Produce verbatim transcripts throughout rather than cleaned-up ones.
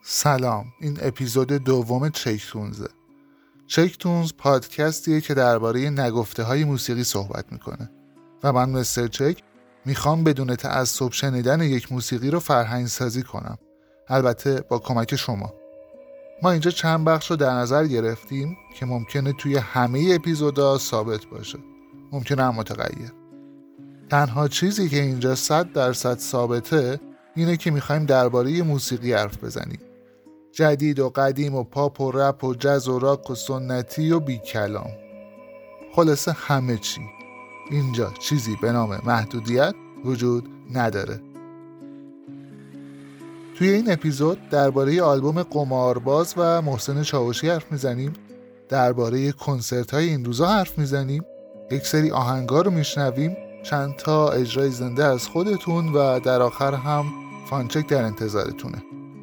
سلام، این اپیزود دوم چکتونزه. چکتونز پادکستیه که درباره نگفته های موسیقی صحبت میکنه و من مستر چک میخوام بدون تعصب شنیدن یک موسیقی رو فرهنگ سازی کنم، البته با کمک شما. ما اینجا چند بخش رو در نظر گرفتیم که ممکنه توی همه اپیزودا ثابت باشه، ممکنه هم متغیر. تنها چیزی که اینجا صد درصد ثابته اینه که میخوایم درباره موسیقی حرف بزنیم، جدید و قدیم و پاپ و رپ و جز و راک و سنتی و بی کلام، خلاصه همه چی. اینجا چیزی به نام محدودیت وجود نداره. توی این اپیزود درباره آلبوم قمارباز و محسن چاوشی حرف میزنیم، درباره کنسرت های این روزا حرف میزنیم، یک سری آهنگا رو میشنویم، چند تا اجرای زنده از خودتون و در آخر هم فانچک در انتظارتونه.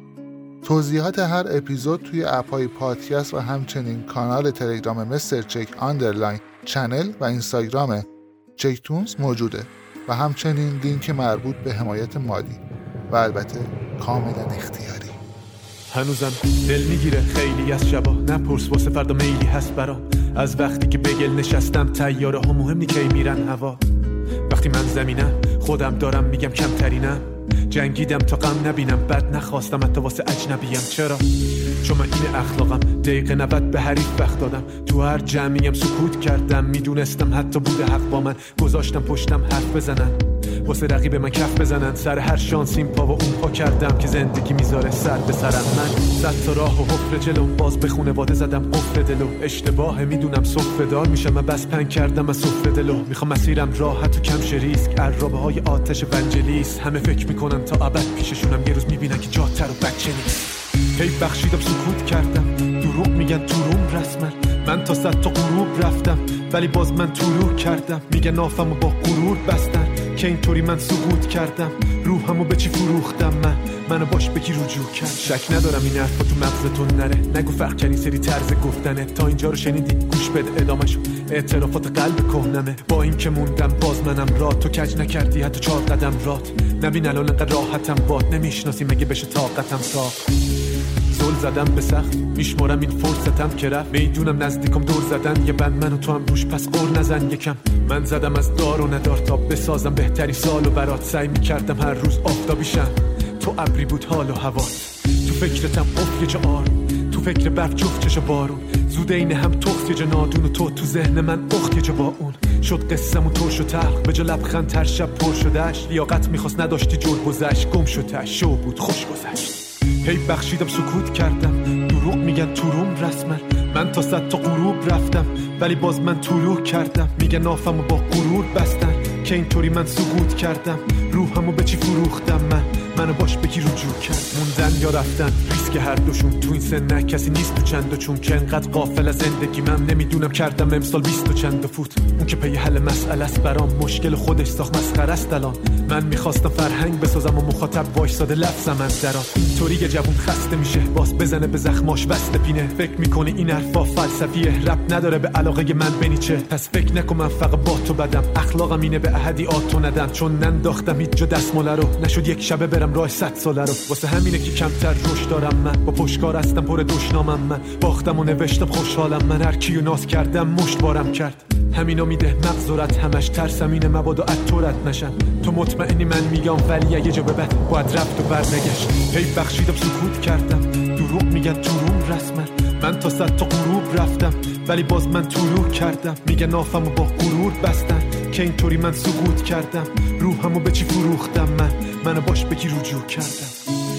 توضیحات هر اپیزود توی اپهای پادکست و همچنین کانال تلگرام مستر چک آندرلاین چنل و اینستاگرام چکتونز موجوده و همچنین لینک مربوط به حمایت مالی و البته کاملا اختیاری. هنوزم دل میگیره خیلی از شبا، نپرس واسه فردا میلی هست برام. از وقتی که بگل نشستم تیاره ها مهم نی کی میرن هوا. وقتی من زمینم خودم دارم میگم کمترینم، جنگیدم تا غم نبینم، بد نخواستم حتی واسه اجنبیم. چرا؟ چون من این اخلاقم، دقیقه نود به حریف وقت دادم، تو هر جمعیم سکوت کردم، میدونستم حتی بوده حق با من، گذاشتم پشتم حرف بزنن، واسه رقیب من کف بزنن، سر هر شانسیم پا و اون پا کردم که زندگی میذاره سر به سرم. من صد تا راه و حفره جلو، باز به خونواده زدم قفل دلو، اشتباه میدونم سفره دار میشم، من بس پنگ کردم از سفره دلو، میخوام مسیرم راحت و کم شه ریسک، عرابه های آتش ونجلیس، همه فکر میکنن تا ابد پیششونم، یه روز میبینن که جاتر و بچه نیست. هی بخشیدم سکوت کردم، دروغ میگن تو روم رسما، من تا صد تا غروب رفتم ولی باز من طلوع کردم، میگن نافمو با غرور بستن که اینطوری من سقوط کردم، روحمو به چی فروختم من، منو باش بگی رجوع کرد. شک ندارم این حرفا تو مغزتون نره، نگو فرق کنی سری طرز گفتنه، تا اینجا رو شنیدی گوش بده ادامه‌شو، اعترافات قلب کهنمه، با این که موندم باز منم رات، تو کج نکردی حتی چهار قدم رات، نبین الان انقدر راحتم باد، نمیشناسی مگه بشه طاقتم ساخت. زل زدم به سخت، میشمارم این فرصتم که رفت، میدونم نزدیکم دور زدن یه بند منو تو هم روش، پس قور نزن یکم. من زدم از دار و ندار تا بسازم بهتری سال و برات، سعی میکردم هر روز آفتابیشم، تو ابری بود حال و هوات، تو فکرتم اف یه جا آروم، تو فکر برف جفت چشا بارون، زود این هم تخت یه جا نادون، و تو تو ذهن من اخت یه جا با اون، شد قصم و ترش و تلخ، به جا لبخند تر شب پر شدش، لیاقت میخواست نداشتی جور گذشت، گم شد تش شو بود خوش گذشت. هی بخشیدم سکوت کردم، دروغ میگن تو روم رسما، من تا صد تا غروب رفتم ولی باز من طلوع کردم، میگن نافمو با غرور بستن که اینطوری من سقوط کردم، روحمو به چی فروختم من، منو باش بگی رجوع کرد. موندن یا رفتن ریسک هر دوشون، تو این سن نه کسی نیست تو چند و چون، که انقدر غافل از زندگی من، نمیدونم کردم امسال بیست و چند فوت، اون که پی حل مسئله است برام، مشکل خودش ساخت مسخره است الان، من میخواستم فرهنگ بسازم و مخاطب وایساده لفظم از درام، اینطوری یه جوون خسته میشه باز بزنه به زخماش وصل پینه، فکر میکنه این حرفا فلسفیه، رب نداره به علاقه من بنیچه، پس فکر نکن من فقط با تو بدم، اخلاقم اینه به احدی آتو ندم، چون ننداختم هیچ جا دستماله رو، نشد یک شبه برم راه صد ساله رو، واسه همینه که کمتر روش دارم من، با پشتکار هستم پر دشنامم من، باختم و نوشتم خوشحالم من، هر کیو ناز کردم مشت بارم کرد، همینا میده مغزورت همش، ترسم اینه مبادا اتورت نشم، تو مطمئنی من میگم ولی یه جا به بعد باید رفت و برنگشت. هی بخشیدم سکوت کردم، دروغ میگن تو روم رسما، من تا صد تا غروب رفتم ولی باز من طلوع کردم، میگن نافمو با غرور بستن که اینطوری من سقوط کردم، روحمو به چی فروختم من، منو باش بگی رجوع کردم.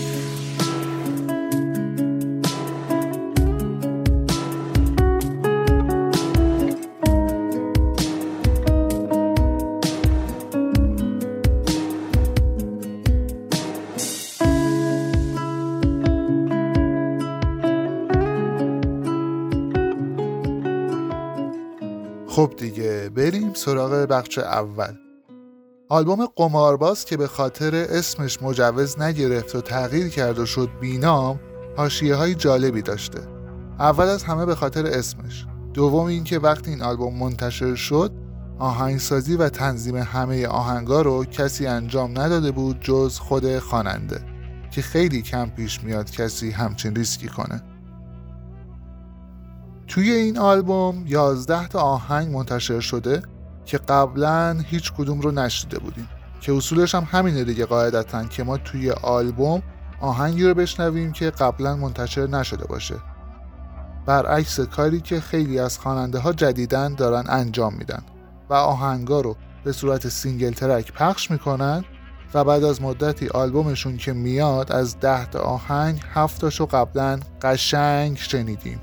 خب دیگه بریم سراغ بخش اول. آلبوم قمارباز که به خاطر اسمش مجوز نگرفت و تغییر کرد و شد بینام، حاشیه های جالبی داشته. اول از همه به خاطر اسمش، دوم این که وقتی این آلبوم منتشر شد آهنگسازی و تنظیم همه آهنگا رو کسی انجام نداده بود جز خود خواننده که خیلی کم پیش میاد کسی همچین ریسکی کنه. توی این آلبوم یازده تا آهنگ منتشر شده که قبلا هیچ کدوم رو نشنیده بودیم، که اصولش هم همینه دیگه قاعدتاً، که ما توی آلبوم آهنگی رو بشنویم که قبلا منتشر نشده باشه، برعکس کاری که خیلی از خواننده ها جدیداً دارن انجام میدن و آهنگا رو به صورت سینگل ترک پخش میکنن و بعد از مدتی آلبومشون که میاد از ده تا آهنگ هفت تاشو قبلا قشنگ شنیدیم.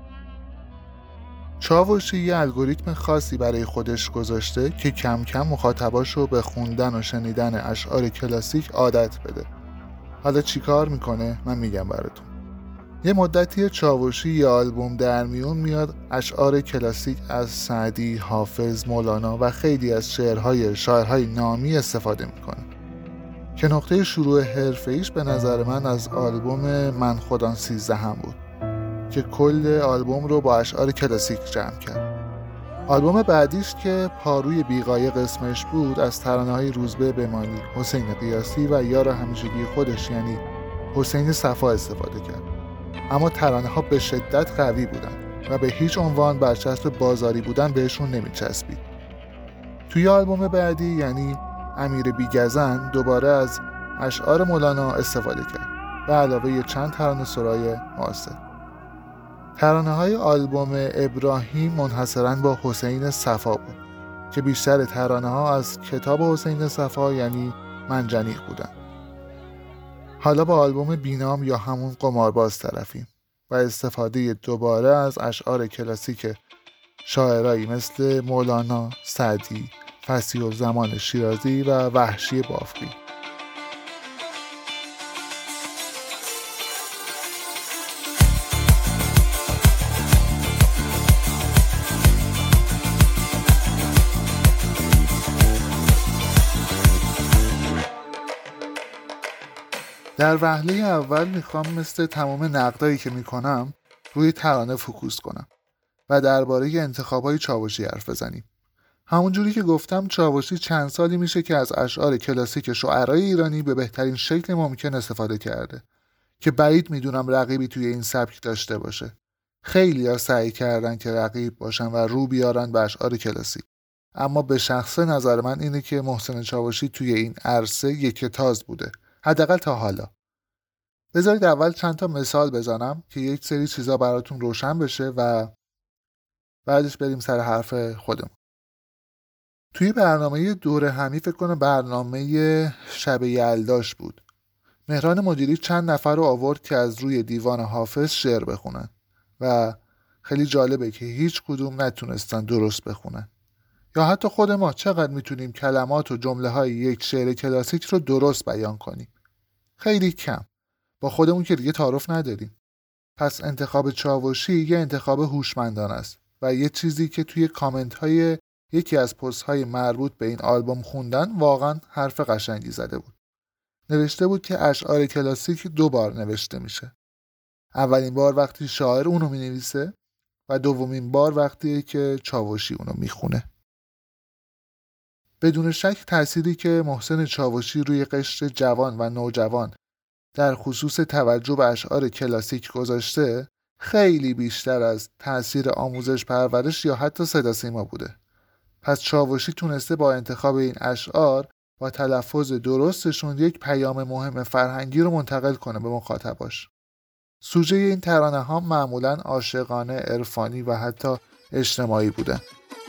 چاوشی یه الگوریتم خاصی برای خودش گذاشته که کم کم مخاطباشو به خوندن و شنیدن اشعار کلاسیک عادت بده. حالا چی کار میکنه؟ من میگم براتون. یه مدتی چاوشی یه آلبوم در میون میاد اشعار کلاسیک از سعدی، حافظ، مولانا و خیلی از شعرهای شاعرهای نامی استفاده میکنه که نقطه شروع حرفه‌ایش به نظر من از آلبوم من خودم سیزده هم بود که کل آلبوم رو با اشعار کلاسیک جمع کرد. آلبوم بعدیش که پاروی بیقایق اسمش بود از ترانه‌های روزبه بمانی، حسین قیاسی و یار همیشگی خودش یعنی حسین صفا استفاده کرد. اما ترانه‌ها به شدت قوی بودن و به هیچ عنوان برچسب بازاری بودن بهشون نمیچسبید. توی آلبوم بعدی یعنی امیر بیگزن دوباره از اشعار مولانا استفاده کرد به علاوه چند ترانه سرای معاصر. ترانه‌های آلبوم ابراهیم منحصراً با حسین صفا بود که بیشتر ترانه‌ها از کتاب حسین صفا یعنی منجنیق بودن. حالا با آلبوم بینام یا همون قمارباز طرفیم و استفاده دوباره از اشعار کلاسیک شاعرایی مثل مولانا، سعدی، فصیح الزمان شیرازی و وحشی بافقی. در وهله اول میخوام مثل تمام نقدایی که میکنم روی ترانه فوکوس کنم و درباره انتخابای چاوشی حرف بزنیم. همونجوری که گفتم چاوشی چند سالی میشه که از اشعار کلاسیک شاعرای ایرانی به بهترین شکل ممکن استفاده کرده که بعید میدونم رقیبی توی این سبک داشته باشه. خیلی ها سعی کردن که رقیب باشن و رو بیارن به اشعار کلاسیک، اما به شخصه نظر من اینه که محسن چاوشی توی این عرصه یکتاز بوده، حداقل تا حالا. بذارید اول چند تا مثال بزنم که یک سری چیزا براتون روشن بشه و بعدش بریم سر حرف خودمون. توی برنامه دوره همی فکر کنم برنامه شب یلداش بود، مهران مدیری چند نفر رو آورد که از روی دیوان حافظ شعر بخونن و خیلی جالبه که هیچ کدوم نتونستن درست بخونن. یا حتی خود ما چقدر میتونیم کلمات و جمله های یک شعر کلاسیک رو درست بیان کنیم؟ خیلی کم. با خودمون که دیگه تعارف نداریم. پس انتخاب چاوشی یه انتخاب هوشمندانه است و یه چیزی که توی کامنت های یکی از پست های مربوط به این آلبوم خوندن واقعا حرف قشنگی زده بود. نوشته بود که اشعار کلاسیک دو بار نوشته میشه. اولین بار وقتی شاعر اونو می نویسه و دومین بار وقتی که چاوشی اونو میخونه. بدون شک تأثیری که محسن چاوشی روی قشر جوان و نوجوان در خصوص توجه به اشعار کلاسیک گذاشته خیلی بیشتر از تأثیر آموزش پرورش یا حتی صدا سیما بوده. پس چاوشی تونسته با انتخاب این اشعار با تلفظ درستشون یک پیام مهم فرهنگی رو منتقل کنه به مخاطباش. سوژه این ترانه ها معمولاً عاشقانه، عرفانی و حتی اجتماعی بوده.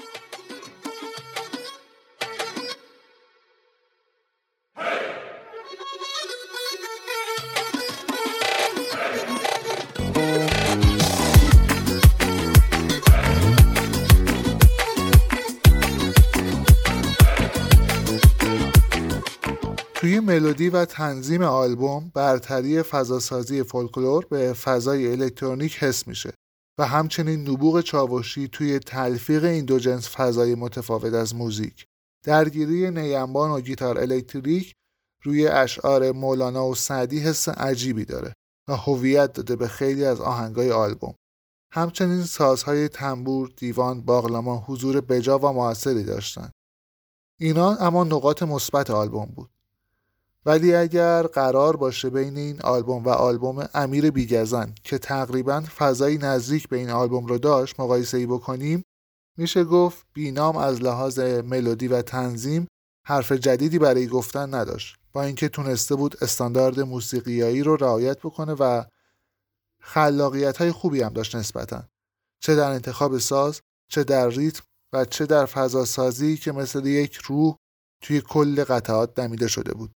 توی ملودی و تنظیم آلبوم برتری فضاسازی فولکلور به فضای الکترونیک حس میشه و همچنین نبوغ چاوشی توی تلفیق این دو جنس فضای متفاوت از موزیک. درگیری نیمبان و گیتار الکتریک روی اشعار مولانا و سعدی حس عجیبی داره و هویت داده به خیلی از آهنگای آلبوم. همچنین سازهای تنبور، دیوان، باقلما حضور بجا و موثری داشتن. اینا اما نقاط مثبت آلبوم بود. ولی اگر قرار باشه بین این آلبوم و آلبوم امیر بیگزن که تقریباً فضایی نزدیک به این آلبوم رو داشت مقایسه‌ای بکنیم، میشه گفت بینام از لحاظ ملودی و تنظیم حرف جدیدی برای گفتن نداشت، با اینکه تونسته بود استاندارد موسیقیایی رو رعایت بکنه و خلاقیت‌های خوبی هم داشت نسبتاً، چه در انتخاب ساز، چه در ریتم و چه در فضا سازی که مثل یک روح توی کل قطعات دمیده شده بود.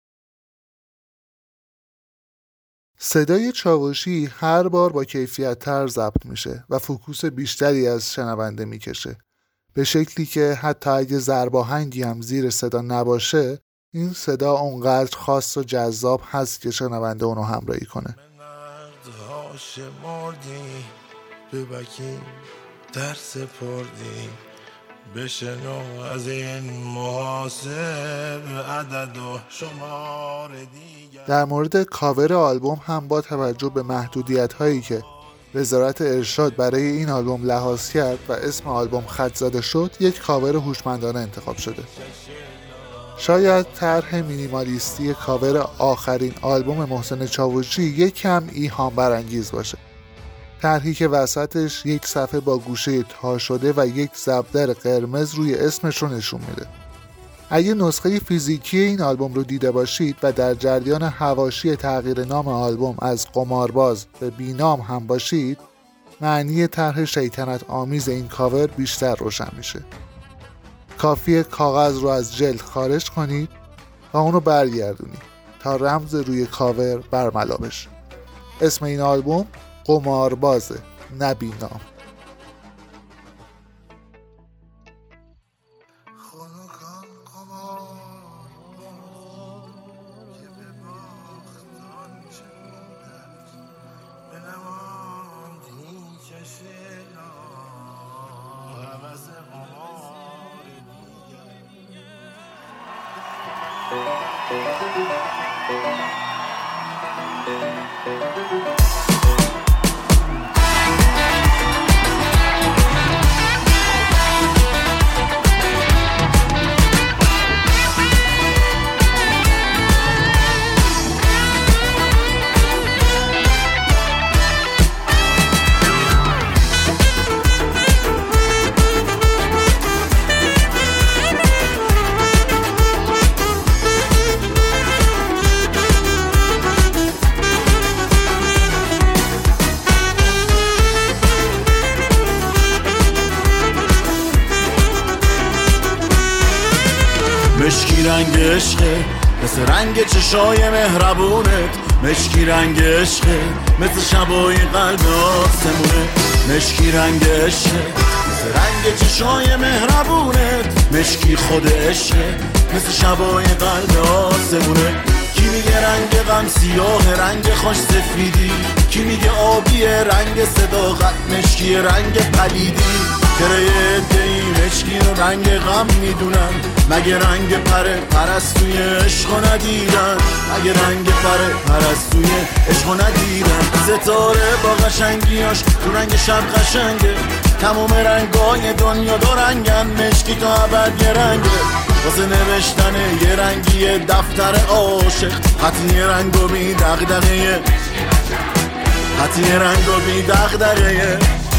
صدای چاوشی هر بار با کیفیت تر ضبط میشه و فوکوس بیشتری از شنونده میکشه، به شکلی که حتی اگه ضرباهنگی هم زیر صدا نباشه، این صدا اونقدر خاص و جذاب هست که شنونده اونو همراهی کنه. درس پردی بشنو از این محاسب عدد و شمار دیگر. در مورد کاور آلبوم هم با توجه به محدودیت هایی که وزارت ارشاد برای این آلبوم لحاظ کرد و اسم آلبوم خط زده شد، یک کاور هوشمندانه انتخاب شده. شاید طرح مینیمالیستی کاور آخرین آلبوم محسن چاوشی یک کم ایهام برانگیز باشه، طرحی که وسطش یک صفحه با گوشه تا شده و یک زبدر قرمز روی اسمش رو نشون میده. اگه نسخه فیزیکی این آلبوم رو دیده باشید و در جریان حواشی تغییر نام آلبوم از قمارباز به بینام هم باشید، معنی طرح شیطنت آمیز این کاور بیشتر روشن میشه. کافیه کاغذ رو از جلد خارج کنید و اون رو برگردونید تا رمز روی کاور برملا بشه. اسم این آلبوم قماربازه، نه بینام. مشکی رنگ عشقه مثل رنگ چشای مهربونت، مشکی رنگ عشقه مثل شبای قلب آسمونه، مشکی رنگ عشقه مثل رنگ چشای مهربونت، مشکی خود عشقه مثل شبای قلب آسمونه. کی میگه رنگ غم سیاه رنگ خوش سفیدی، کی میگه آبی رنگ صداقت مشکی رنگ پلیدی، کره دی مشکی رو رنگ غم میدونن، مگه رنگ پره پرستوی عشق ندیدن، مگه رنگ پره پرستوی عشق ندیدن. ستاره با قشنگیاش تو رنگ شب قشنگه، تمام رنگای دنیا دو رنگن، مشکی تا ابد یه رنگه، واسه نوشتن یه رنگی دفتر عاشق، خطی رنگو بی دغدغه، خطی رنگو بی دغدغه.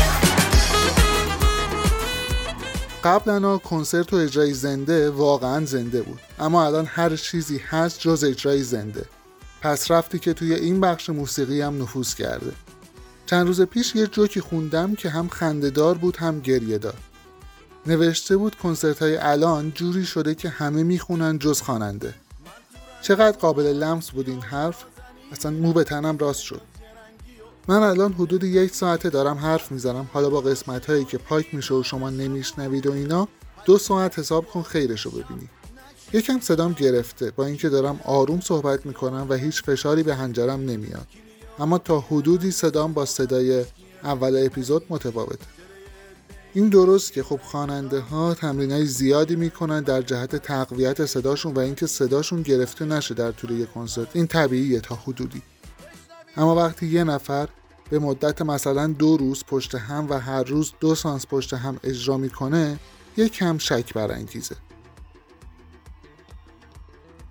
قبلا کنسرت و اجرای زنده واقعا زنده بود، اما الان هر چیزی هست جز اجرای زنده. پس رفتی که توی این بخش موسیقی هم نفوذ کرده. چند روز پیش یه جوکی خوندم که هم خنده‌دار بود هم گریه‌دار. نوشته بود کنسرت های الان جوری شده که همه میخونن جز خواننده. چقدر قابل لمس بود این حرف، اصلا مو به تنم راست شد. من الان حدود یک ساعته دارم حرف میزنم، حالا با قسمت هایی که پاک میشه و شما نمیشنوید و اینا دو ساعت حساب کن خیرشو ببینی. یکم صدام گرفته با اینکه دارم آروم صحبت میکنم و هیچ فشاری به حنجرم نمیاد، اما تا حدودی صدام با صدای اول اپیزود متفاوته. این درست که خب خواننده ها تمرینای زیادی میکنن در جهت تقویت صداشون و اینکه صداشون گرفته نشه در طول یک کنسرت، این طبیعیه تا حدودی. اما وقتی یه نفر به مدت مثلا دو روز پشت هم و هر روز دو سانس پشت هم اجرا میکنه، یک کم شک برانگیزه.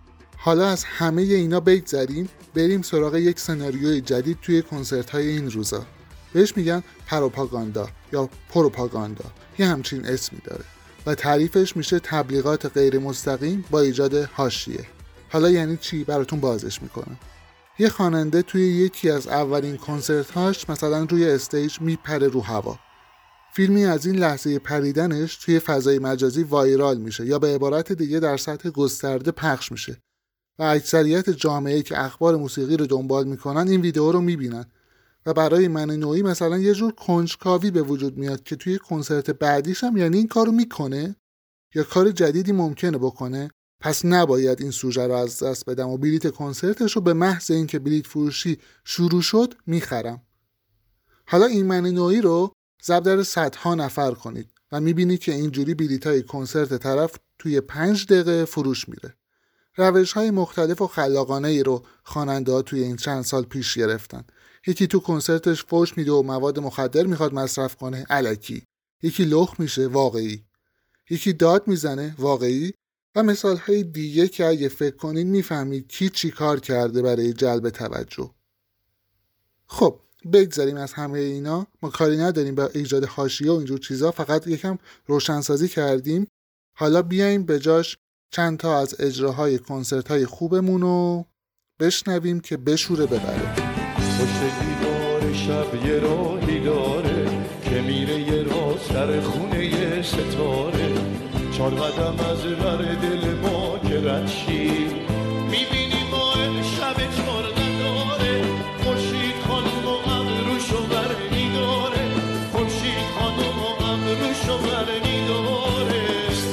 حالا از همه اینا بگذریم، بریم سراغ یک سناریوی جدید توی کنسرت‌های این روزا. بهش میگن پروپاگاندا یا پروپاگاندا، یه همچین اسمی داره و تعریفش میشه تبلیغات غیر مستقیم با ایجاد حاشیه. حالا یعنی چی؟ براتون بازش میکنم. یه خواننده توی یکی از اولین کنسرت‌هاش مثلا روی استیج میپره رو هوا. فیلمی از این لحظه پریدنش توی فضای مجازی وایرال میشه یا به عبارت دیگه در سطح گسترده پخش میشه و اکثریت جامعه‌ای که اخبار موسیقی رو دنبال میکنن این ویدیو رو میبینن و برای من نوعی مثلا یه جور کنجکاوی به وجود میاد که توی کنسرت بعدیش هم یعنی این کارو میکنه یا کار جدیدی ممکنه بکنه، پس نباید این سوژه رو از دست بدم و بلیت کنسرتش رو به محض اینکه بلیت فروشی شروع شد میخرم. حالا این من نوعی رو ضرب در صدها نفر کنید و میبینید که اینجوری بلیت‌های کنسرت طرف توی پنج دقیقه فروش میره. روش‌های مختلف و خلاقانه‌ای رو خواننده‌ها توی این چند سال پیش گرفتن. یکی تو کنسرتش فوش میده و مواد مخدر میخواد مصرف کنه، الکی. یکی لخ میشه، واقعی. یکی داد میزنه، واقعی. و مثال‌های دیگه که اگه فکر کنین میفهمید کی چی کار کرده برای جلب توجه. خب بگذاریم از همه اینا، ما کاری نداریم به ایجاد حاشیه و اینجور چیزا، فقط یکم روشنسازی کردیم. حالا بیایم به جاش چند تا از اجراهای کنسرت‌های خوبمون رو بشنویم که بشوره ببره. پشت دیوار شب یه راهی داره که میره یه راه سر خونه یه ستاره، چار قدم از ور دل ما که رد شی میبینی ما شب چار نداره، خورشید خانم و ابروشو بر میداره، خورشید خانم و ابروشو بر میداره.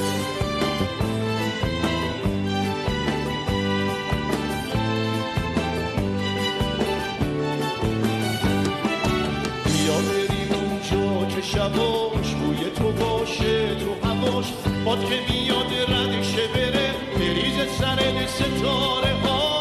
بیا بریم اونجا که شباش بوی تو باشه تو هواش، باد که میاد ردشه بره بریز سر ستاره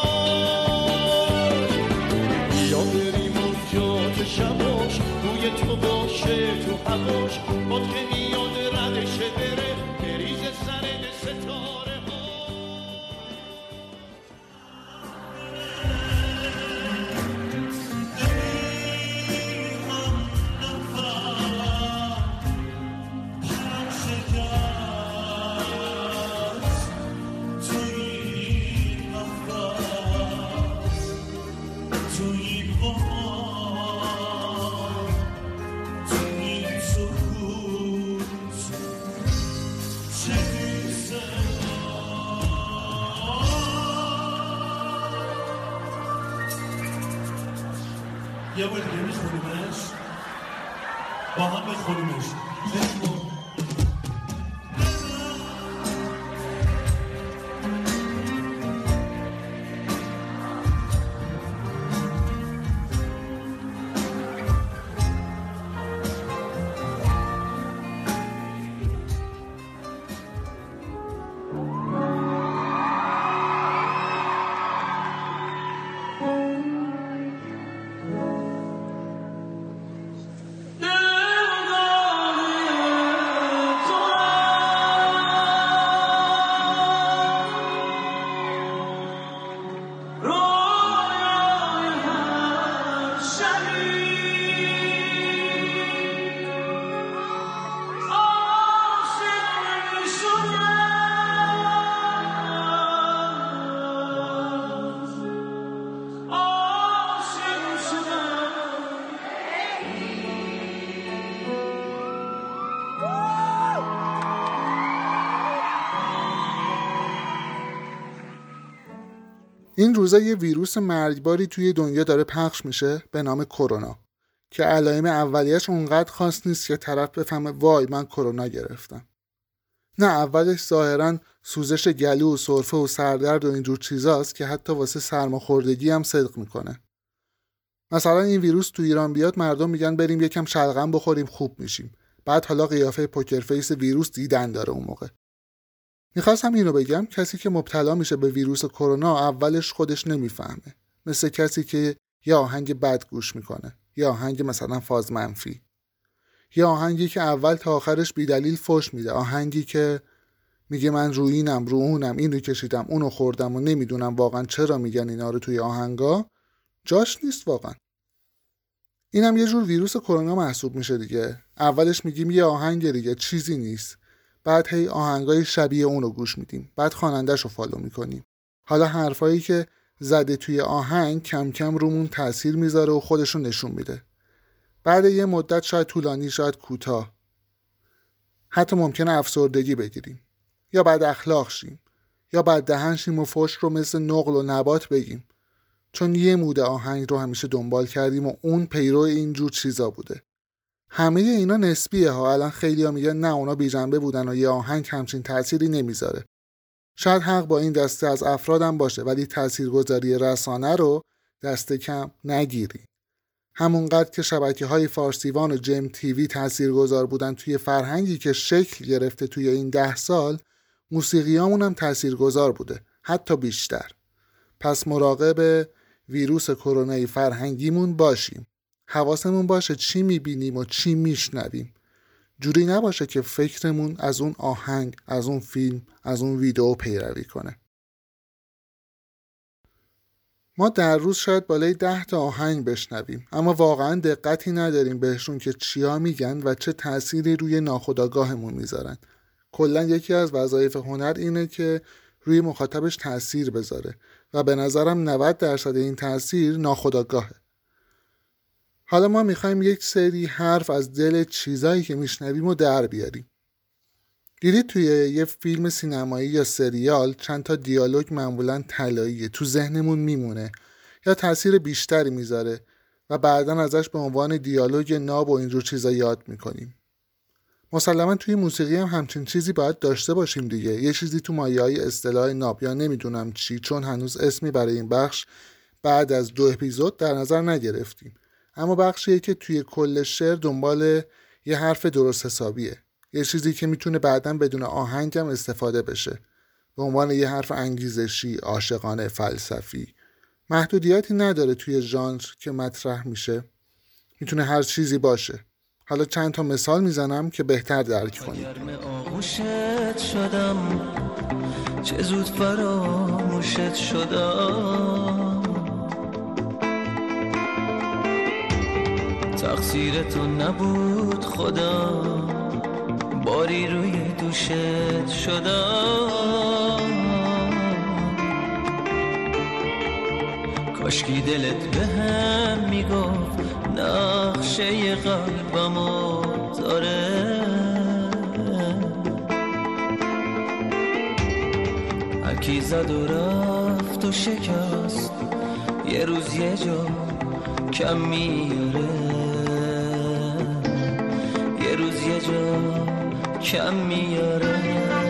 هاش. بیا بریم اونجا که شباش بوی تو باشه تو هواش، باد که میاد ردشه بره بریز سر ستاره هاش. یه بار دیگه میخونیمش با هم بخونیمش. این روزا یه ویروس مرگباری توی دنیا داره پخش میشه به نام کرونا که علائم اولیه‌اش اونقدر خاص نیست که طرف بفهمه وای من کرونا گرفتم. نه، اولش ظاهراً سوزش گلو و سرفه و سردرد و اینجور چیزاست که حتی واسه سرماخوردگی هم صدق میکنه. مثلا این ویروس تو ایران بیاد مردم میگن بریم یکم شلغم بخوریم خوب میشیم. بعد حالا قیافه پوکر فیس ویروس دیدن داره اون موقع. میخواستم اینو بگم کسی که مبتلا میشه به ویروس کرونا اولش خودش نمیفهمه، مثل کسی که یا آهنگ بد گوش میکنه یا آهنگ مثلا فاز منفی یا آهنگی که اول تا آخرش بی دلیل فوش میده، آهنگی که میگه من رو اینم رو اونم، این رو کشیدم اونو خوردم و نمیدونم واقعا چرا میگن اینا رو توی آهنگا، جاش نیست واقعا. اینم یه جور ویروس کرونا محسوب میشه دیگه. اولش میگیم یه آهنگ دیگه چیزی نیست، بعد هی آهنگای شبیه اون رو گوش میدیم، بعد خواننده‌شو فالو میکنیم. حالا حرفایی که زده توی آهنگ کم کم رومون تأثیر میذاره و خودشو نشون میده. بعد یه مدت، شاید طولانی شاید کوتاه، حتی ممکنه افسردگی بگیریم، یا بد اخلاق شیم، یا بد دهن شیم و فحش رو مثل نقل و نبات بگیم، چون یه مود آهنگ رو همیشه دنبال کردیم و اون پیرو اینجور چیزا بوده. همه اینا نسبیه ها. الان خیلی‌ها میگن نه اونا بی جنبه بودن و یه آهنگ همچین تأثیری نمیذاره. شاید حق با این دسته از افرادم باشه، ولی تاثیرگذاری رسانه رو دست کم نگیری. همونقدر که شبکه‌های فارسیوان و جم تیوی تاثیرگذار بودن توی فرهنگی که شکل گرفته توی این ده سال، موسیقیامون هم تاثیرگذار بوده، حتی بیشتر. پس مراقب ویروس کرونایی فرهنگیمون باشیم. حواسمون باشه چی میبینیم و چی میشنویم. جوری نباشه که فکرمون از اون آهنگ، از اون فیلم، از اون ویدیو پیروی کنه. ما در روز شاید بالای ده تا آهنگ بشنویم، اما واقعا دقتی نداریم بهشون که چیا میگن و چه تأثیری روی ناخودآگاهمون میذارن. کلا یکی از وظایف هنر اینه که روی مخاطبش تأثیر بذاره و به نظرم نود درصد این تأثیر ناخودآگاهه. حالا ما میخوایم یک سری حرف از دل چیزایی که میشنویم و در بیاریم. دیدید توی یه فیلم سینمایی یا سریال چند تا دیالوگ معمولاً طلاییه، تو ذهنمون میمونه یا تأثیر بیشتری میذاره و بعداً ازش به عنوان دیالوگ ناب و اینجور چیزا یاد میکنیم. مسلماً توی موسیقی هم همچین چیزی باید داشته باشیم دیگه. یه چیزی تو مایه‌های اصطلاح ناب یا نمیدونم چی، چون هنوز اسمی برای این بخش بعد از دو اپیزود در نظر نگرفتیم. اما بخشیه که توی کل شعر دنبال یه حرف درست حسابیه، یه چیزی که میتونه بعداً بدون آهنگ هم استفاده بشه به عنوان یه حرف انگیزشی، عاشقانه، فلسفی. محدودیتی نداره توی ژانر که مطرح میشه، میتونه هر چیزی باشه. حالا چند تا مثال میزنم که بهتر درک کنید. آغوشت شدم، چه زود فراموشت شدم، تقصیر تو نبود خدا، باری روی دوشت شدم، کاشکی دلت به هم میگفت نقشه قلبمو داره، هرکی زد و رفت و شکست، یه روز یه جا کم میاره، یه روز یه جا کم میاره.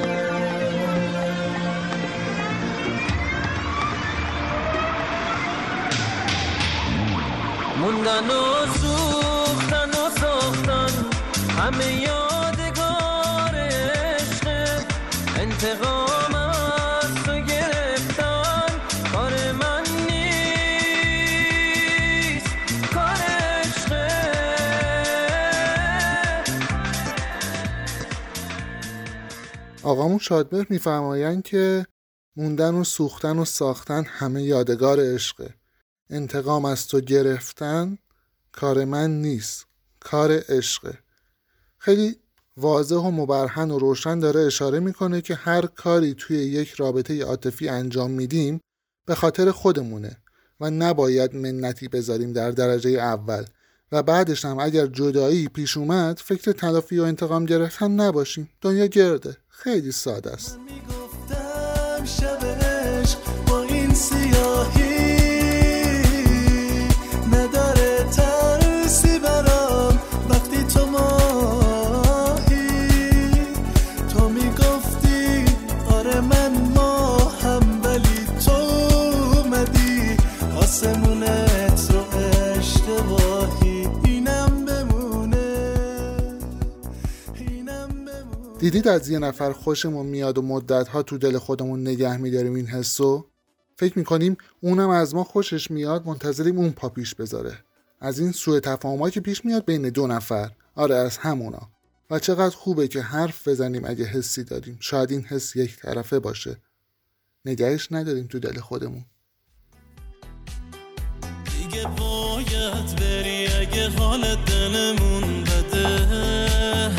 موندن و سوختن و ساختن همه یادگار عشق، انتقام از تو گرفتن کار من نیست، کار عشق. آقامون شادمهر میفرمایند که موندن و سوختن و ساختن همه یادگار عشقه، انتقام از تو گرفتن کار من نیست، کار عشقه. خیلی واضح و مبرهن و روشن داره اشاره میکنه که هر کاری توی یک رابطه عاطفی انجام میدیم به خاطر خودمونه و نباید منتی بذاریم در درجه اول و بعدش هم اگر جدایی پیش اومد فکر تلافی و انتقام گرفتن نباشیم. دنیا گرده، خیلی ساده است. من میگفتم شب عشق با این سیاهی نداره ترسی برام، وقتی تو ماهی، تو میگفتی آره من ماهم، ولی تو اومدی آسمونت رو اشتباهی، اینم بمونه، اینم بمونه. دیدید از یه نفر خوشمون میاد و مدت‌ها تو دل خودمون نگه می‌داریم این حسو؟ فکر می‌کنیم اونم از ما خوشش میاد، منتظریم اون پا پیش بذاره. از این سوء تفاهم‌ها که پیش میاد بین دو نفر، آره از همونا. و چقدر خوبه که حرف بزنیم اگه حسی داریم. شاید این حس یک طرفه باشه، نگهش نداریم تو دل خودمون. دیگه باید بری اگه حال دلمون بده،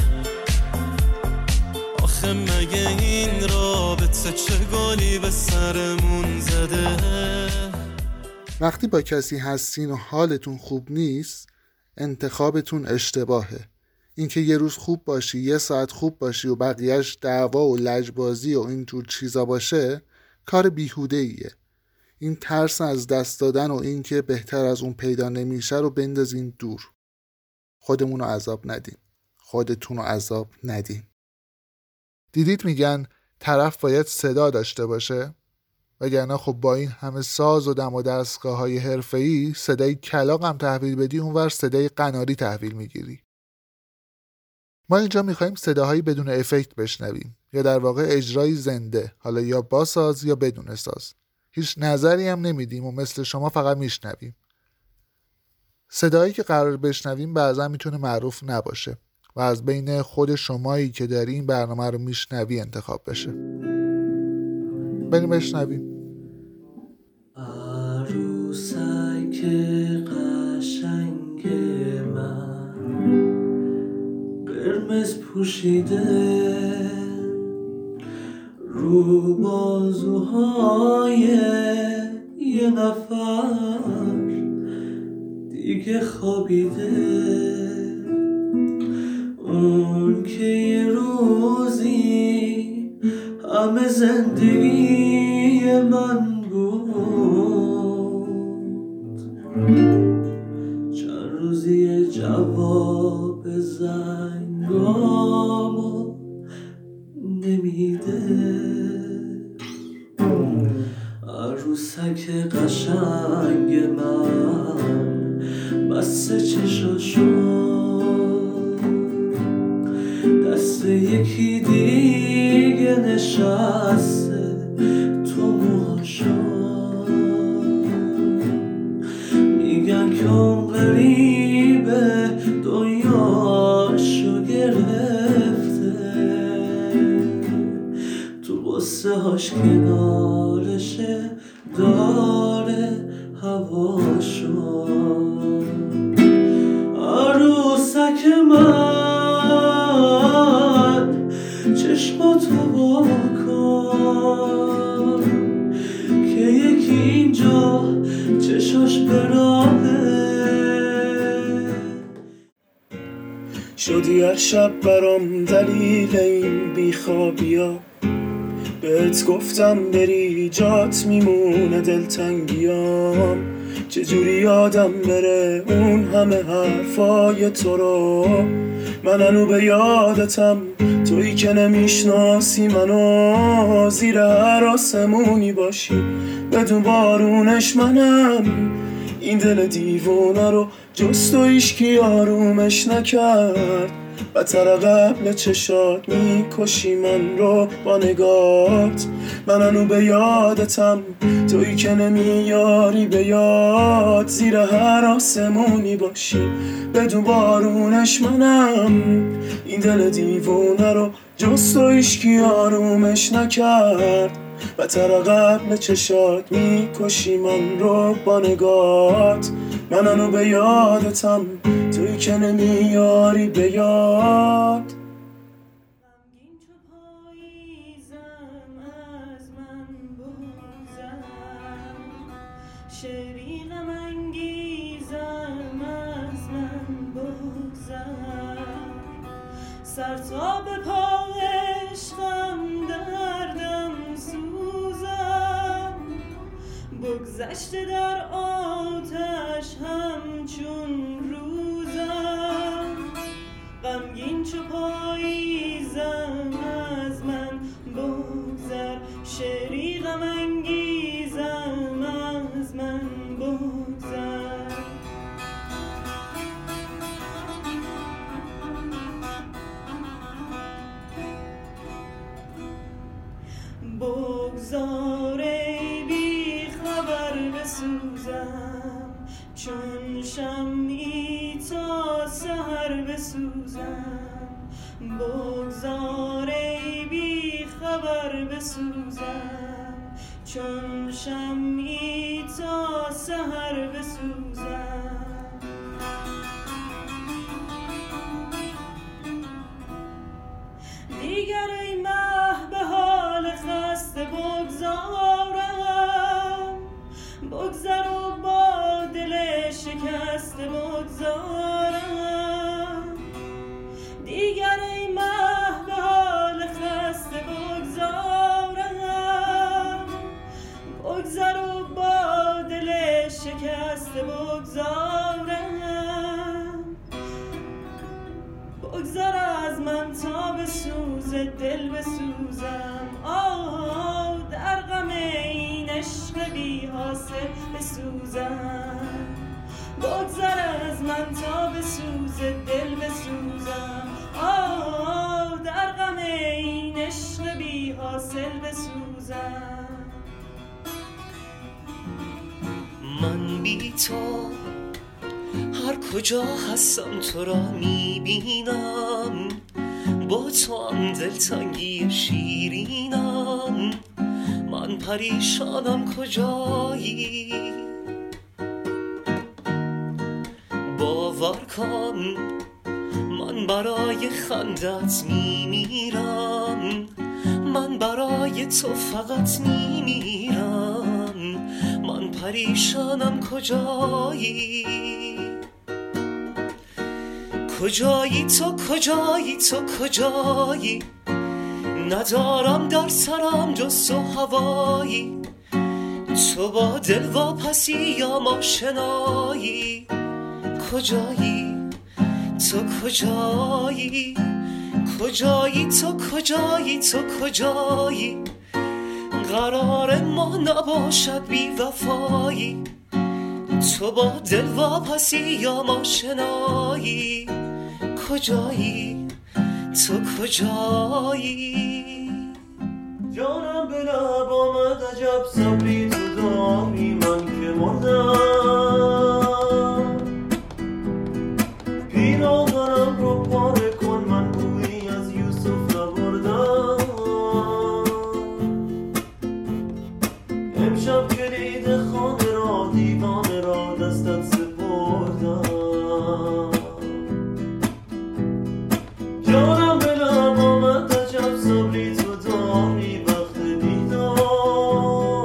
آخه مگه این رابطه چه گلی به سرمون زده. وقتی با کسی هستین و حالتون خوب نیست، انتخابتون اشتباهه. اینکه یه روز خوب باشی، یه ساعت خوب باشی و بقیهش دعوا و لجبازی و اینجور چیزا باشه، کار بیهوده ایه. این ترس از دست دادن و این که بهتر از اون پیدا نمیشه رو بندازین دور. خودمون رو عذاب ندیم. خودتون رو عذاب ندیم. دیدید میگن طرف باید صدا داشته باشه؟ وگرنه خب با این همه ساز و دم و دستگاه های حرفه‌ای صدای کلاغ هم تحویل بدی، اونور صدای قناری تحویل میگیری. ما اینجا میخوایم صداهایی بدون افکت بشنویم، یا در واقع اجرای زنده، حالا یا با ساز یا بدون ساز. هیچ نظری هم نمیدیم و مثل شما فقط میشنویم. صدایی که قرار بشنویم بعضا میتونه معروف نباشه و از بین خود شمایی که داری این برنامه رو میشنوی انتخاب بشه. بریم بشنویم. عروسک قشنگ من قرمز پوشیده، رو بازوهای یه نفر دیگه خوابیده. اون که یه روزی همه زندگی من بود، چند روزی جواب زنگامو نمیده. عروسک قشنگ من بسته چشاشو دست یکی دیگه نشسته تو موهاشو. میگن که اون غریبه دنیاشو گرفته، تو بسته هاش کنارشه داره هواشو. عروسک من چشماتو با کن که یکی اینجا چشاش براهه. شدی هر شب برام دلیل این بیخوابیا، بهت گفتم بری جات میمونه دلتنگیام. چجوری یادم بره اون همه حرفای تو رو، من هنو به یادتم تویی که نمیشناسی منو. زیر هر آسمونی باشی بدون بارونش منم، این دل دیوونه رو جز تو هیچکی آرومش نکرد. بتر قبل چشات میکشی من رو با نگات، من هنو به یادتم تویی که نمیاری به یاد. زیر هر آسمونی باشی بدون بارونش منم، این دل دیوونه رو جز تو هیچکی آرومش نکرد. بتر قبل چشات میکشی من رو با نگات، من هنو به یادتم توی که نمیاری به یاد. غمگین چو پاییزم از من بگذر، شعری غم انگیزم از من بگذر. سر تا به پا عشقم دردم سوزم، بگذشته در آتش همچون روزم. غمگین چو پاییزم از من بگذر، شعری غم انگیزم از من بگذر. بگذار ای بی خبر بسوزم، چون شمعی تا سحر بسوزم. چون شمعی تا سحر بسوزم. دیگر ای مه به حال خسته بگذارم، بگذر و با دل شکسته بگذارم. دیگر ای مه به حال خسته بگذارم، بگذر و با دل شکسته بگذارم. بگذر از من تا به سوز دل بسوزم، آه در غم این عشق بی حاصل بسوزم. بگذر از من تا به سوز دل بسوزم، آه در غم این عشق بی حاصل بسوزم. من بی تو هر کجا هستم تو را میبینم، با تو هم دلتنگی شیرینم. من پریشانم کجایی، باور کن من برای خندت میمیرم. من برای تو فقط میمیرم. من پریشانم کجایی، کجایی تو، کجایی تو، کجایی؟ ندارم در سرم جز تو هوایی. تو با دل واپسی یا آشنایی. کجایی تو، کجایی؟ کجایی تو، کجایی تو، کجایی؟ قرار ما نباشد بی وفایی. تو با دل واپسی یا آشنایی. کجایی تو، کجایی؟ جانم به لب آمد عجب صبری تو داری، من که مردم. پیراهنم رو پاره کن، من بویی از یوسف نبردم. امشب کلید خانه را، دیوانه را دستت سپردم. جانم به لب آمد عجب صبری تو داری، وقت دیدار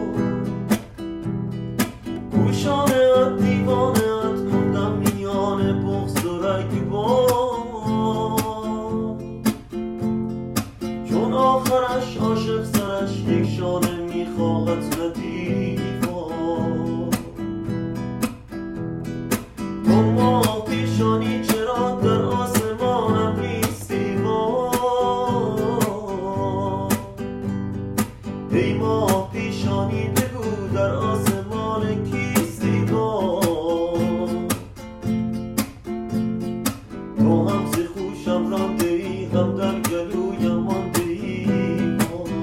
گوشانه ات دیوانه ات موندم میان بغض و رگبار. چون آخرش عاشق سرش یک شانه میخواهد نه دیوار. اما پیشانی چرا در آسمانم نیستی ما؟ ای ما پیشانی بگو در آسمان کیستی ما؟ تو هم ز خوشم رانده ای، هم در گلویم مانده ای.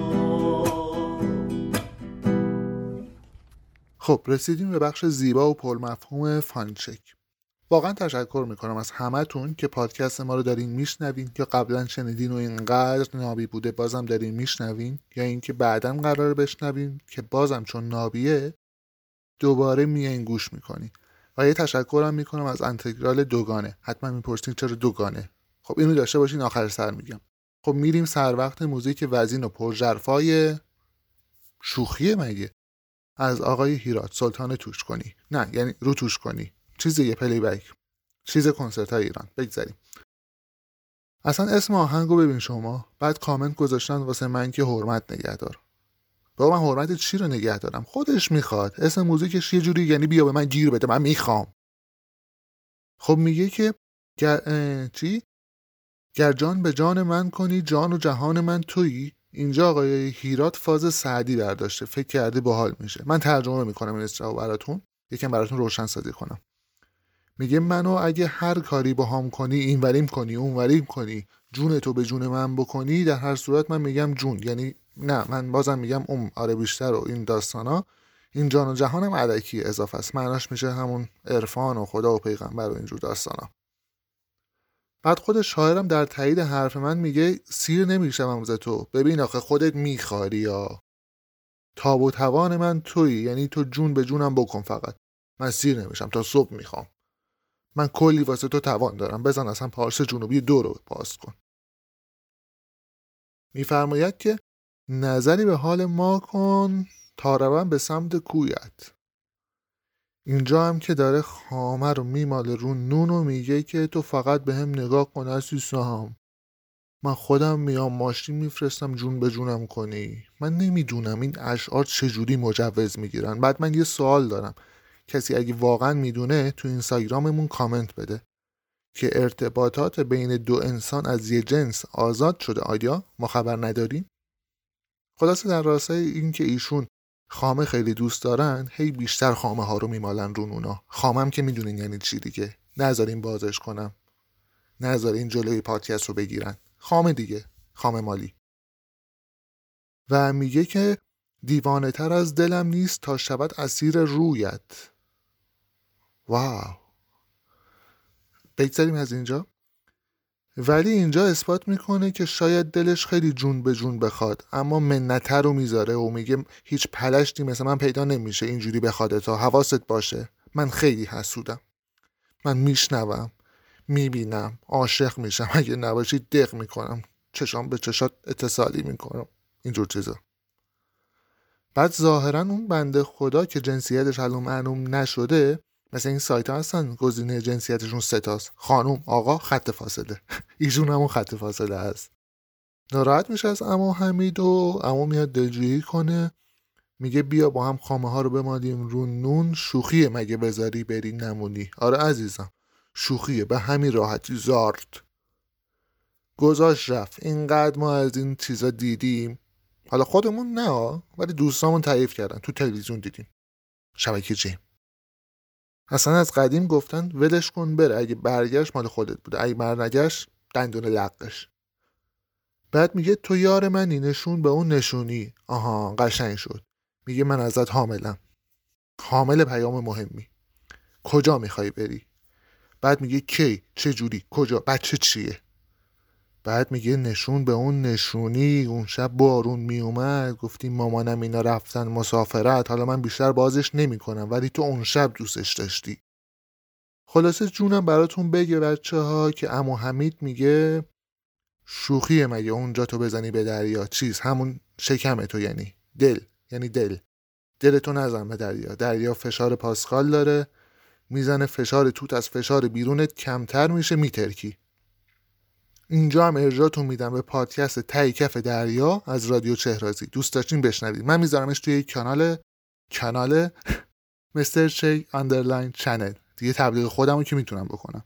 خب رسیدیم به بخش زیبا و پرمفهوم فانچک. واقعا تشکر میکنم از همتون که پادکست ما رو دارین میشنوین، یا قبلا شنیدین و اینقدر نابی بوده بازم دارین میشنوین، یا اینکه بعداً قراره بشنوین که بازم چون نابیه دوباره میایین گوش میکنین. و یه تشکرم میکنم از انتگرال دوگانه. حتما میپرسین چرا دوگانه؟ خب اینو داشته باشین آخر سر میگم. خب میریم سر وقت موزیک وزین و پرژرفای شوخیه مگه از آقای هیرات سلطان توش کنی، نه یعنی رو توش کنی، چیز یه پلی بک، چیز کنسرت های ایران. بگذاریم اصلا اسم آهنگو ببین شما، بعد کامنت گذاشتن واسه من که حرمت نگهدار. بابا من حرمت چی رو نگه دارم؟ خودش میخواد. اسم موزیکش یه جوری یعنی بیا به من گیر بده، من میخوام. خب میگه که گر... چی؟ گر جان به جان من کنی، جان و جهان من تویی. اینجا آقای هیرات فاز سعدی برداشته، فکر کرده باحال میشه. من ترجمه میکنم این استراو براتون، یکم براتون روشن سازی کنم. میگه منو اگه هر کاری با هم کنی، این وریم کنی اون وریم کنی، جون تو به جون من بکنی، در هر صورت من میگم جون، یعنی نه من بازم میگم اون آره بیشتر و این داستانا. این جان و جهانم علکی اضافه است، معناش میشه همون عرفان و خدا و پیغمبر و اینجور داستانا. بعد خود شاعرم در تایید حرف من میگه سیر نمیشم ز تو، ببین آخه خودت میخاری یا تاب و توان من تویی، یعنی تو جون به جونم بکن، فقط من سیر نمیشم تا صبح میخوام. من کلی واسه تو توان دارم، بزن اصلا پارس جنوبی دو رو پاس کن. میفرماید که نظری به حال ما کن تا روم به سمت کویت. اینجا هم که داره خامه رو میماله رو نون و میگه که تو فقط به هم نگاه کن عزیزم، من خودم میام ماشین میفرستم جون به جونم کنی. من نمیدونم این اشعار چجوری مجوز میگیرن. بعد من یه سوال دارم، کسی اگه واقعا میدونه تو اینستاگراممون کامنت بده که ارتباطات بین دو انسان از یه جنس آزاد شده آیا ما خبر نداریم؟ خلاصه در راستای این که ایشون خامه خیلی دوست دارن، هی بیشتر خامه ها رو میمالن رو نونا. خامم که میدونین یعنی چی دیگه، نذارین بازش کنم، نذارین جلوی پادکست رو بگیرن. خامه دیگه، خامه مالی. و میگه که دیوانه تر از دلم نیست تا شود اسیر رویت. واو، بگذاریم از اینجا. ولی اینجا اثبات میکنه که شاید دلش خیلی جون به جون بخواد، اما منته رو میذاره و میگه هیچ پلشتی مثل من پیدا نمیشه اینجوری بخواد، تا حواست باشه من خیلی حسودم، من میشنوم، میبینم، عاشق میشم، اگه نباشی دق میکنم، چشام به چشات اتصالی میکنم، اینجور چیزا. بعد ظاهرا اون بنده خدا که جنسیتش معلوم معلوم نشده، مثل این سایت ها هستن گزینه جنسیتشون ستاست، خانوم، آقا، خط فاصله، ایشون همون خط فاصله هست. ناراحت میشه از عمو حمید و عمو میاد دلجویی کنه، میگه بیا با هم خامه ها رو بمالیم رو نون، شوخیه مگه بذاری بری نمونی. آره عزیزم شوخیه، به همین راحتی زارد. گذاشت رفت. اینقدر ما از این چیزا دیدیم، حالا خودمون نه ولی دوستامون تعریف کردن، تو تلویزیون دیدیم، شبکه جیم. اصلا از قدیم گفتن ولش کن بره، اگه برگشت مال خودت بوده، اگه برنگشت دندون لقش. بعد میگه تو یار منی، نشون به اون نشونی. آها قشنگ شد. میگه من ازت حاملم، حامل پیام مهمی، کجا میخوای بری؟ بعد میگه کی، چه جوری، کجا، بچه چیه؟ بعد میگه نشون به اون نشونی. اون شب بارون میومد، گفتیم مامانم اینا رفتن مسافرت، حالا من بیشتر بازش نمی کنم ولی تو اون شب دوستش داشتی. خلاصه جونم براتون بگه بچه ها که عمو حمید میگه شوخیه مگه اونجا تو بزنی به دریا، چیز همون شکم تو، یعنی دل، یعنی دل دلتو نزن به دریا. دریا فشار پاسکال داره، میزنه فشار توت از فشار بیرونت کمتر میشه، میترکی. اینجا هم ارجاعتون میدم به پادکست ته کف دریا از رادیو چهرازی، دوست داشتین بشنوید. من میذارمش توی یک کانال کانال مستر چک اندرلاین چنل دیگه، تبلیغ خودمو که میتونم بکنم.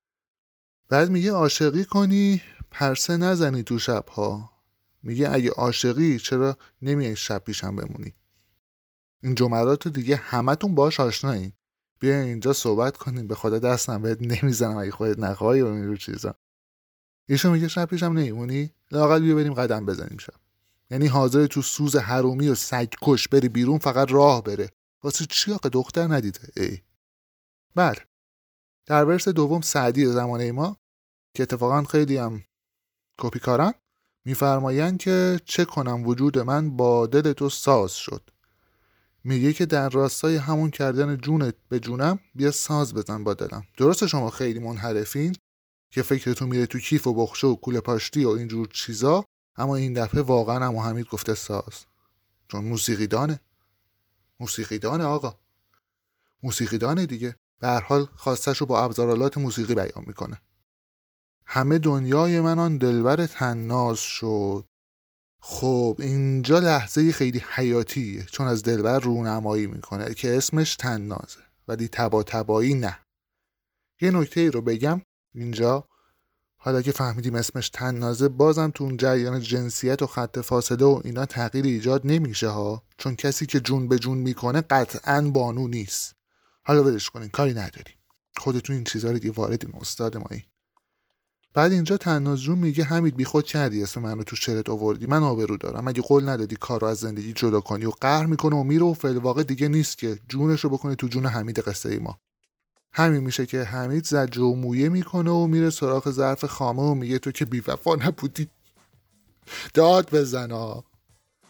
بعد میگه عاشقی کنی پرسه نزنی تو شبها. میگه اگه عاشقی چرا نمیای شب پیشم بمونی؟ این جملاتو دیگه همتون باهاش آشنایین. بیا اینجا صحبت کنیم، به خدا دستم بهت نمیزنم اگه خودت نخواهی و این رو چیزا. ایشون میگه شب پیشم نمیمونی؟ لااقل بیا بریم قدم بزنیم شب. یعنی حاضر تو سوز حرومی و سگ کش بری بیرون فقط راه بره. واسه چی آقا دختر ندیده؟ ای بله. در ورس دوم سعدی زمانه ما که اتفاقا خیلی هم کپی کارن، میفرمایند که چه کنم وجود من با دل تو ساز شد. میگه که در راستای همون کردن جونت به جونم بیا ساز بزن با دلم. درسته شما خیلی منحرفین که فکرتون میره تو کیف و بخشه و کوله پاشتی و اینجور چیزا، اما این دفعه واقعا عمو حمید گفته ساز، چون موسیقی دانه. موسیقی دانه آقا، موسیقی دانه دیگه. به هر حال خواستشو با ابزارالات موسیقی بیان میکنه. همه دنیای من آن دلبر طناز شد. خب اینجا لحظه خیلی حیاتیه، چون از دلبر رونمایی میکنه که اسمش طنازه ولی تبا تبایی نه. یه نکته ای رو بگم اینجا، حالا که فهمیدیم اسمش طنازه، بازم تو اون جریان جنسیت و خط فاصله و اینا تغییر ایجاد نمیشه ها، چون کسی که جون به جون میکنه قطعاً بانو نیست. حالا ولش کنین، کاری نداریم، خودتون این چیزا رو دیگه واردین، استاد مایی. بعد اینجا طناز جون میگه حمید بی خود کردی اسم منو تو شعرت آوردی، من آبرو دارم، اگه قول ندادی کار رو از زندگی جدا کنی، و قهر میکنه و میره و فعل واقع دیگه نیست که جونشو بکنه تو جون حمید قصه ای ما. همین میشه که حمید زجر و مویه میکنه و میره سراغ ظرف خامه و میگه تو که بی وفا نبودی. داد بزنا.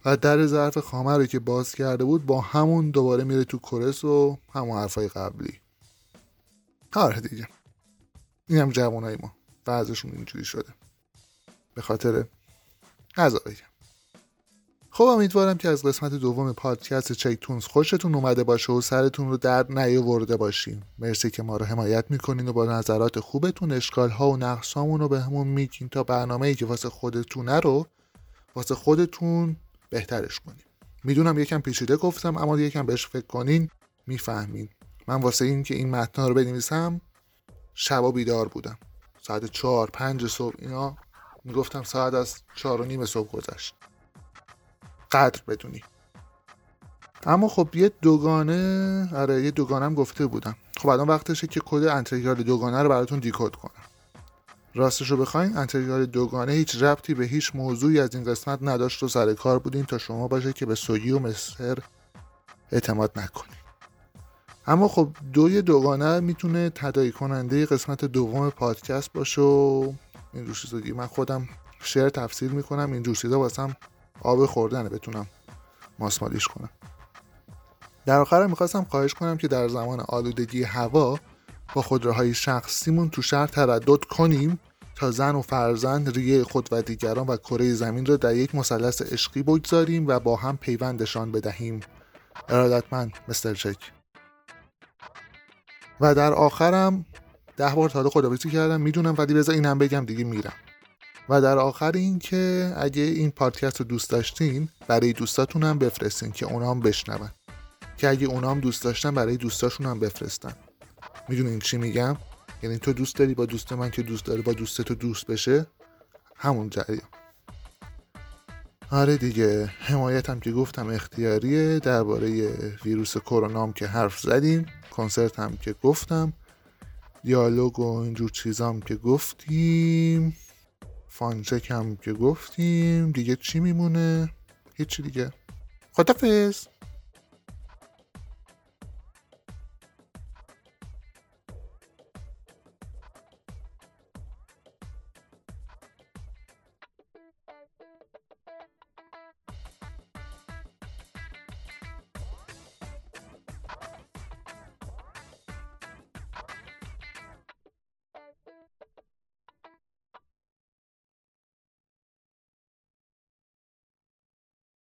و در ظرف خامه رو که باز کرده بود با همون دوباره میره تو کورس و همون حرفای قبلی. آره دیگه، این هم جوانای ما بعضشون اینجوری شده به خاطر غذایی. خب امیدوارم که از قسمت دوم پادکست چک تونز خوشتون اومده باشه و سرتون رو در نیاورده باشیم. مرسی که ما رو حمایت میکنین و با نظرات خوبتون اشکال ها و نقص هامون رو به همون میگین تا برنامه‌ای که واسه خودتونه رو واسه خودتون بهترش کنیم. میدونم یکم پیچیده گفتم اما یکم بهش فکر کنین میفهمین. من واسه این که این متن رو بنویسم شبا بیدار بودم، ساعت چهار پنج صبح اینا میگفتم، ساعت از چهار و نیم صبح گذشت. قدر بدونی. اما خب یه دوگانه، آره یه دوگانه هم گفته بودم. خب الان وقتشه که کد انتگرال دوگانه رو براتون دیکود کنم. راستش رو بخواین انتگرال دوگانه هیچ ربطی به هیچ موضوعی از این قسمت نداشت و سر کار بودین تا شما باشه که به سوگی و مصر اعتماد نکنین. اما خب دوی دوگانه میتونه تداعی کننده قسمت دوم پادکست باشه و این جور چیزا دیگه. من خودم شعر تفسیر میکنم، این جور چیزا واسم آب خوردنه، بتونم ماسمالیش کنم. در آخر میخواستم خواهش کنم که در زمان آلودگی هوا با خودروهای شخصیمون تو شهر تردد کنیم تا زن و فرزند، ریه خود و دیگران و کره زمین رو در یک مثلث عشقی بگذاریم و با هم پیوندشان بدهیم. ارادتمند مستر چک. و در آخرم ده بار تا حالا خداحافظی کردم میدونم، ولی بذار اینم بگم دیگه میرم. و در آخر این که اگه این پادکست رو دوست داشتین برای دوستاتون هم بفرستین که اونا هم بشنون، که اگه اونا هم دوست داشتن برای دوستاشون هم بفرستن. میدونین چی میگم؟ یعنی تو دوست داری با دوست من که دوست داره با دوست تو دوست بشه، همون جریان. آره دیگه، حمایت هم که گفتم اختیاریه. درباره ویروس کرونا هم که حرف زدیم، کنسرت هم که گفتم، دیالوگ و اینجور چیزام که گفتیم، فانچک هم که گفتیم، دیگه چی میمونه؟ هیچی دیگه. خداحافظ.